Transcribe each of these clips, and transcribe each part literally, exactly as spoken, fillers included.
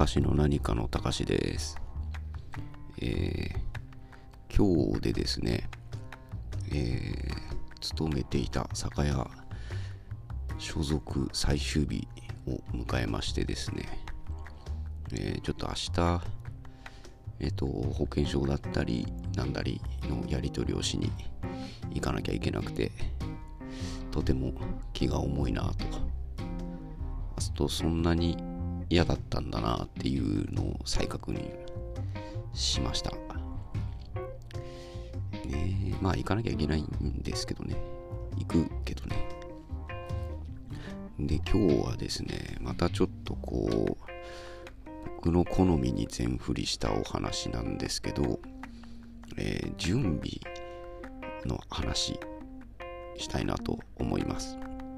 かしの何かのたかしです。えー、今日でですね、えー、勤めていた酒屋所属最終日を迎えましてですね、えー、ちょっと明日、えっと、保険証だったりなんだりのやり取りをしに行かなきゃいけなくて、とても気が重いなとか、あとそんなに嫌だったんだなっていうのを再確認しました。ね、まあ行かなきゃいけないんですけどね、行くけどね。で、今日はですね、またちょっとこう僕の好みに全振りしたお話なんですけど、えー、準備の話したいなと思います。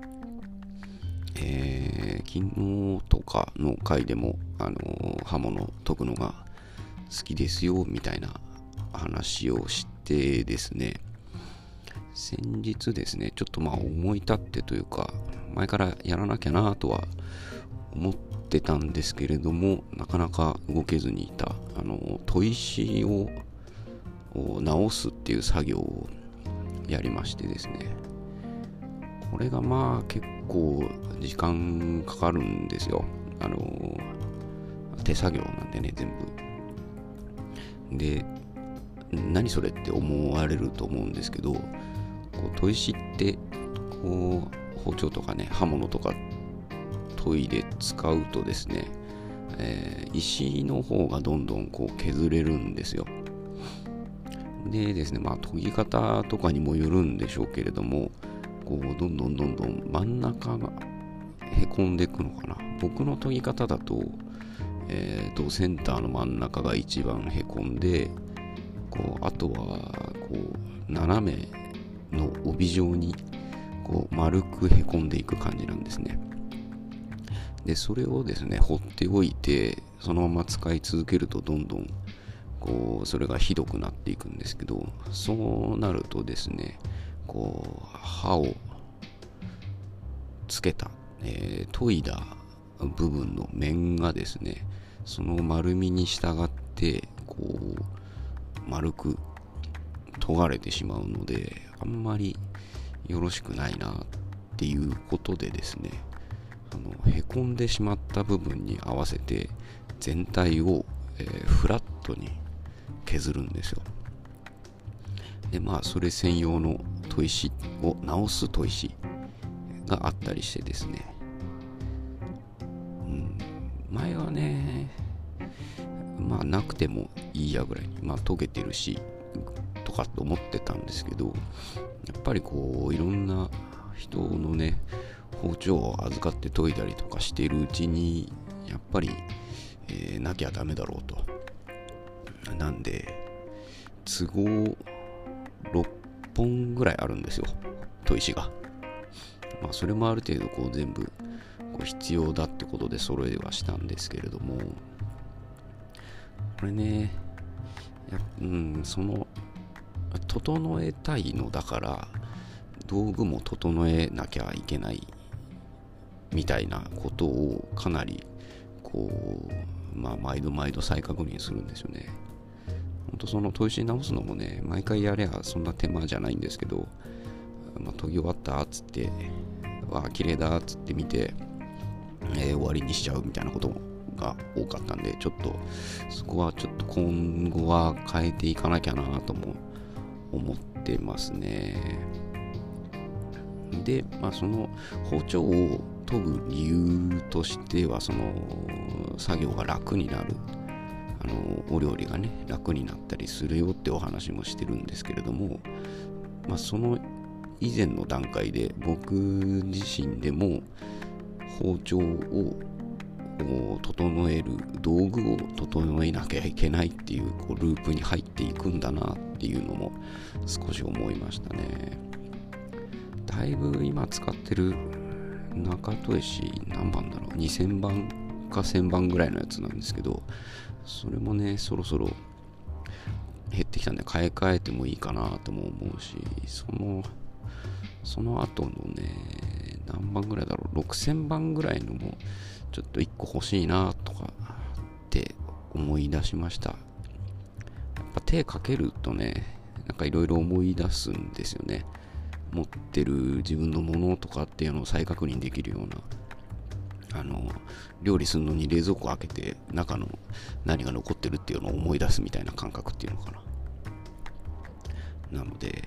えー、昨日とかの回でも、あのー、刃物研ぐのが好きですよみたいな話をしてですね、先日ですね、ちょっとまあ思い立ってというか、前からやらなきゃなとは思ってたんですけれども、なかなか動けずにいた、あの砥石を直すっていう作業をやりましてですね、これがまあ結構時間かかるんですよ。あの手作業なんでね、全部で、何それって思われると思うんですけど、こう砥石ってこう包丁とかね、刃物とか研いで使うとですね、えー、石の方がどんどんこう削れるんですよ。でですね、まあ研ぎ方とかにもよるんでしょうけれども、こうどんどんどんどん真ん中がへこんでいくのかな。僕の研ぎ方だと、えーとセンターの真ん中が一番へこんで、こうあとはこう斜めの帯状にこう丸くへこんでいく感じなんですね。でそれをですね放っておいて、そのまま使い続けるとどんどんこうそれがひどくなっていくんですけど、そうなるとですね、こう刃をつけた、えー、研いだ部分の面がですね、その丸みに従ってこう丸く研がれてしまうので、あんまりよろしくないなっていうことでですね、あのへこんでしまった部分に合わせて全体を、えー、フラットに削るんですよ。でまあそれ専用の砥石を直す砥石があったりしてですね、うん、前はね、まあなくてもいいやぐらいに、まあ研げてるしとかって思ってたんですけど、やっぱりこういろんな人のね包丁を預かって研いだりとかしているうちに、やっぱり、えー、なきゃダメだろうと。なんで都合ろっぽんぐらいあるんですよ、砥石が。まあそれもある程度こう全部こう必要だってことで揃えはしたんですけれども、これね、やうんその整えたいのだから道具も整えなきゃいけないみたいなことをかなりこうまあ毎度毎度再確認するんですよね。ほんとその砥石直すのもね、毎回やればそんな手間じゃないんですけど、まあ、研ぎ終わったっつってわあ綺麗だっつって見て、えー、終わりにしちゃうみたいなことが多かったんで、ちょっとそこはちょっと今後は変えていかなきゃなとも思ってますね。で、まあ、その包丁を研ぐ理由としては、その作業が楽になる、あのお料理がね楽になったりするよってお話もしてるんですけれども、まあ、その以前の段階で僕自身でも包丁を整える道具を整えなきゃいけないっていう、こうループに入っていくんだなっていうのも少し思いましたね。だいぶ今使ってる中砥石何番だろう、にせんばんかせんばんぐらいのやつなんですけど、それもねそろそろ減ってきたんで買い替えてもいいかなとも思うし、そのその後のね何番ぐらいだろう、ろくせんばんぐらいのもちょっといっこ欲しいなとか思い出しました。やっぱ手かけるとね、なんかいろいろ思い出すんですよね。持ってる自分のものとかっていうのを再確認できるような、あの料理するのに冷蔵庫開けて中の何が残ってるっていうのを思い出すみたいな感覚っていうのかな。なので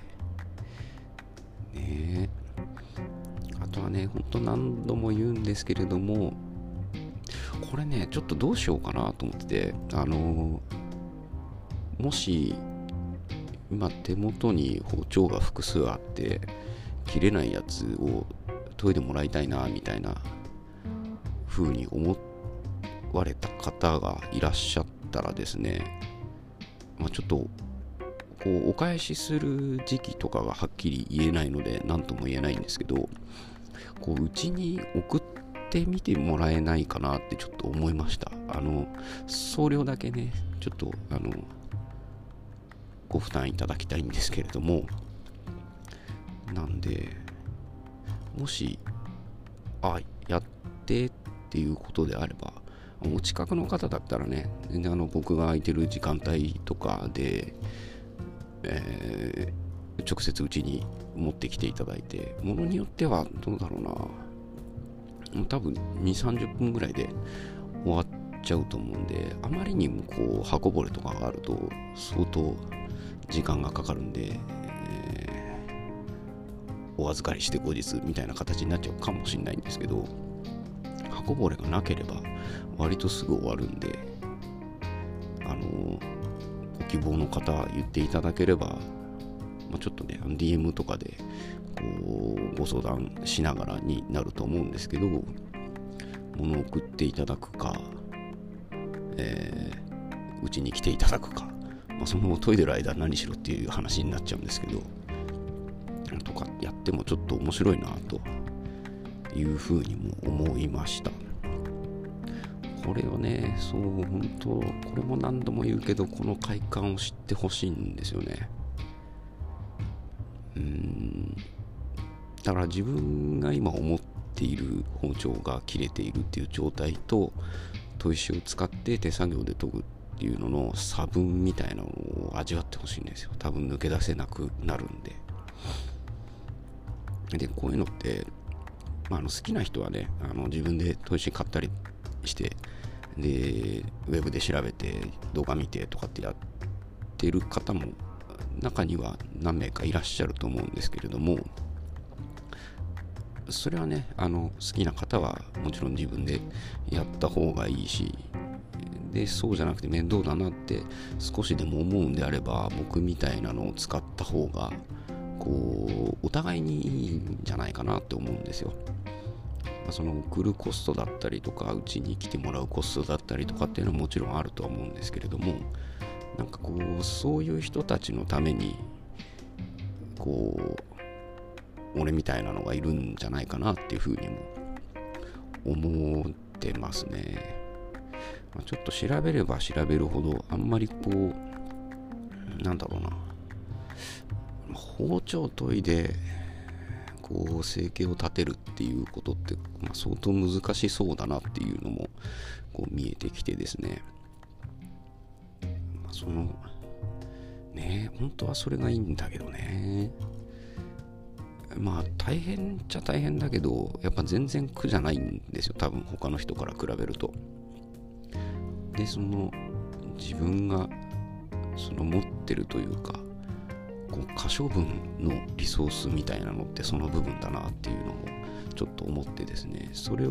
ね、あとはね、ほんと何度も言うんですけれども、これねちょっとどうしようかなと思ってて、あのもし今手元に包丁が複数あって切れないやつを研いでもらいたいなみたいな風に思われた方がいらっしゃったらですね、まあ、ちょっとこうお返しする時期とかがはっきり言えないので何とも言えないんですけど、こううちに送ってみてもらえないかなってちょっと思いました。あの送料だけねちょっとあのご負担いただきたいんですけれども、なんでもしあやってっていうことであれば、お近くの方だったらね、全然あの僕が空いてる時間帯とかで、えー、直接うちに持ってきていただいて、ものによってはどうだろうな、多分にじゅうさんじゅっぷんぐらいで終わっちゃうと思うんで、あまりにもこう刃こぼれとかがあると相当時間がかかるんで、えー、お預かりして後日みたいな形になっちゃうかもしれないんですけど、刃こぼれがなければ割とすぐ終わるんで、あのご希望の方言っていただければ、まあ、ちょっとね ディーエム とかでこうご相談しながらになると思うんですけど、物を送っていただくか、えー、うちに来ていただくか、まあ、その研いでる間何しろっていう話になっちゃうんですけど、とかやってもちょっと面白いなというふうにも思いました。これをね、そう本当これも何度も言うけど、この快感を知ってほしいんですよね。うーんだから自分が今思っている包丁が切れているっていう状態と、砥石を使って手作業で研ぐっていうのの差分みたいなのを味わってほしいんですよ。多分抜け出せなくなるんで。でこういうのって、まあ、あの好きな人はね、あの自分で砥石買ったりして、でウェブで調べて動画見てとかってやってる方も中には何名かいらっしゃると思うんですけれども、それはね、あの好きな方はもちろん自分でやった方がいいし、でそうじゃなくて面倒だなって少しでも思うんであれば、僕みたいなのを使った方がこうお互いにいいんじゃないかなって思うんですよ。その送るコストだったりとか、うちに来てもらうコストだったりとかっていうのはもちろんあるとは思うんですけれども、なんかこうそういう人たちのためにこう俺みたいなのがいるんじゃないかなっていうふうにも思ってますね。まあ、ちょっと調べれば調べるほどあんまりこうなんだろうな、包丁研いでこう生計を立てるっていうことって、まあ、相当難しそうだなっていうのもこう見えてきてですね、まあ、そのね本当はそれがいいんだけどね、まあ大変っちゃ大変だけど、やっぱ全然苦じゃないんですよ、多分他の人から比べると。でその自分がその持ってるというか、こう可処分のリソースみたいなのってその部分だなっていうのもちょっと思ってですね、それを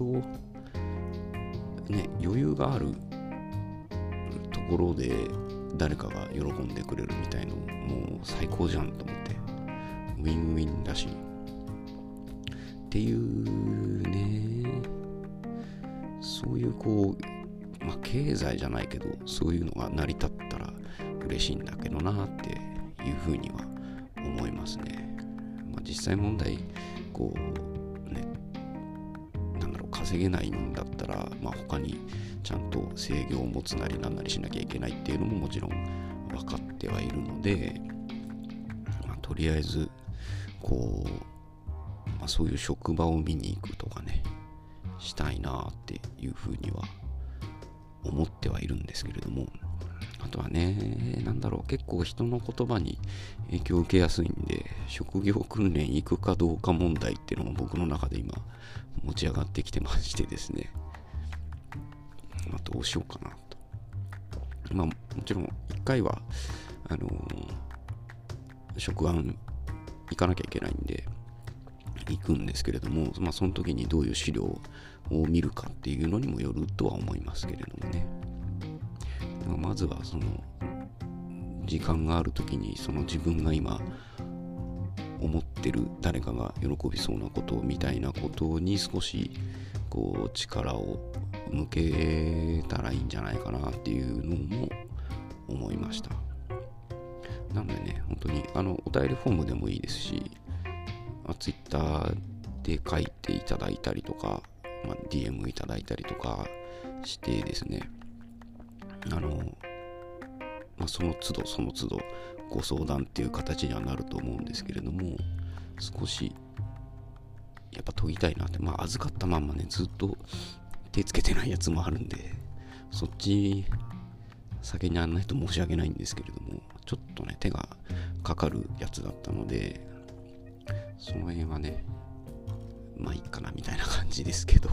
ね余裕があるところで誰かが喜んでくれるみたいのもう最高じゃんと思って、ウィンウィンだしっていうね、そういうこう、まあ、経済じゃないけどそういうのが成り立ったら嬉しいんだけどなっていうふうには思いますね。まあ、実際問題こうね、なんだろう、稼げないんだったら、まあ、他にちゃんと制御を持つなりなんなりしなきゃいけないっていうのももちろん分かってはいるので、まあ、とりあえずこう、まあ、そういう職場を見に行くとかねしたいなっていうふうには思ってはいるんですけれども、あとはね、なんだろう、結構人の言葉に影響を受けやすいんで、職業訓練行くかどうか問題っていうのも僕の中で今持ち上がってきてましてですね、まあ、どうしようかなと。まあもちろん一回はあのー、職案行かなきゃいけないんで行くんですけれども、まあその時にどういう資料を見るかっていうのにもよるとは思いますけれどもね。まずはその時間がある時にその自分が今思ってる誰かが喜びそうなことみたいなことに少しこう力を向けたらいいんじゃないかなっていうのも思いました。なのでね、本当にあのお便りフォームでもいいですし、ツイッターで書いていただいたりとか、まあ、ディーエム いただいたりとかしてですね、あの、まあ、その都度その都度ご相談っていう形にはなると思うんですけれども、少しやっぱ研ぎたいなって、まあ預かったまんまねずっと手つけてないやつもあるんで、そっち先にやんないと申し訳ないんですけれども、ちょっとね手がかかるやつだったので、その辺はねまあいいかなみたいな感じですけど、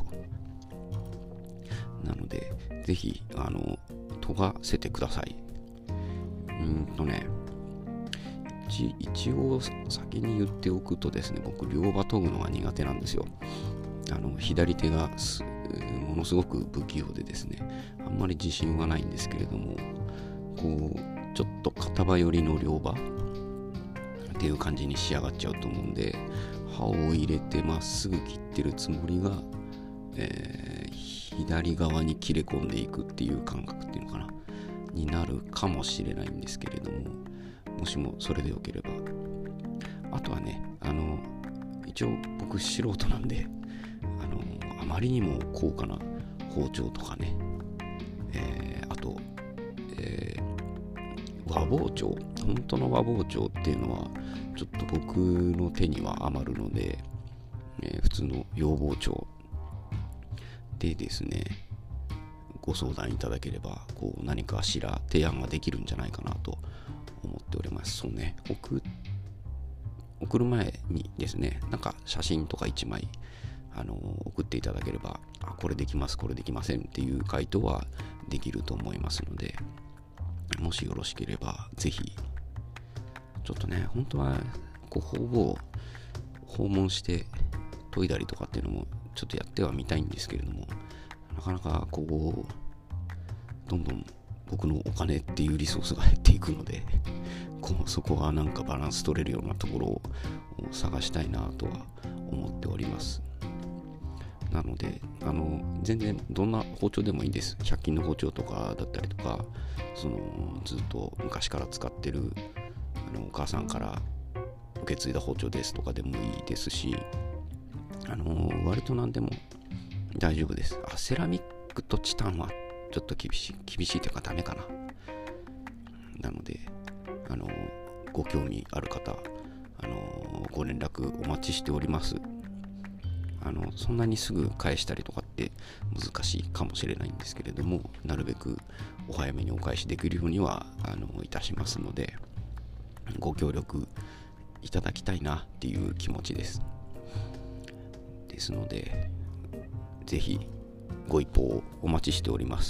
なのでぜひあの研がせてください。うーんとね一, 一応先に言っておくとですね、僕両刃研ぐのが苦手なんですよ。あの左手がすものすごく不器用でですね、あんまり自信はないんですけれども、こうちょっと片刃寄りの両刃っていう感じに仕上がっちゃうと思うんで、刃を入れてまっすぐ切ってるつもりが、えー、左側に切れ込んでいくっていう感覚っていうのかなになるかもしれないんですけれども、もしもそれでよければ、あとはね、あの一応僕素人なんで、あのあまりにも高価な包丁とかね、えー、あと、えー、和包丁、本当の和包丁っていうのはちょっと僕の手には余るので、えー、普通の洋包丁でですねご相談いただければ、こう何かしら提案ができるんじゃないかなと思っております。そうね、送送る前にですね、なんか写真とかいちまいあの送っていただければ、あこれできますこれできませんっていう回答はできると思いますので、もしよろしければぜひ。ちょっとね、本当はこう方々訪問して研いだりとかっていうのもちょっとやってはみたいんですけれども、なかなかこうどんどん僕のお金っていうリソースが減っていくので、こうそこはなんかバランス取れるようなところを探したいなとは思っております。なのであの全然どんな包丁でもいいです。ひゃく均の包丁とかだったりとか、そのずっと昔から使ってるあのお母さんから受け継いだ包丁ですとかでもいいですし、あの割と何でも大丈夫です。あセラミックとチタンはちょっと厳しい厳しいというかダメかな。なのであのご興味ある方、あのご連絡お待ちしております。あのそんなにすぐ返したりとかって難しいかもしれないんですけれども、なるべくお早めにお返しできるようにはあのいたしますので、ご協力いただきたいなっていう気持ちです。ですのでぜひご一報をお待ちしております。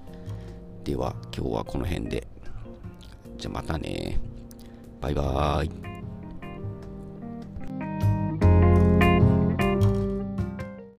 では今日はこの辺で。じゃあまたね。バイバーイ。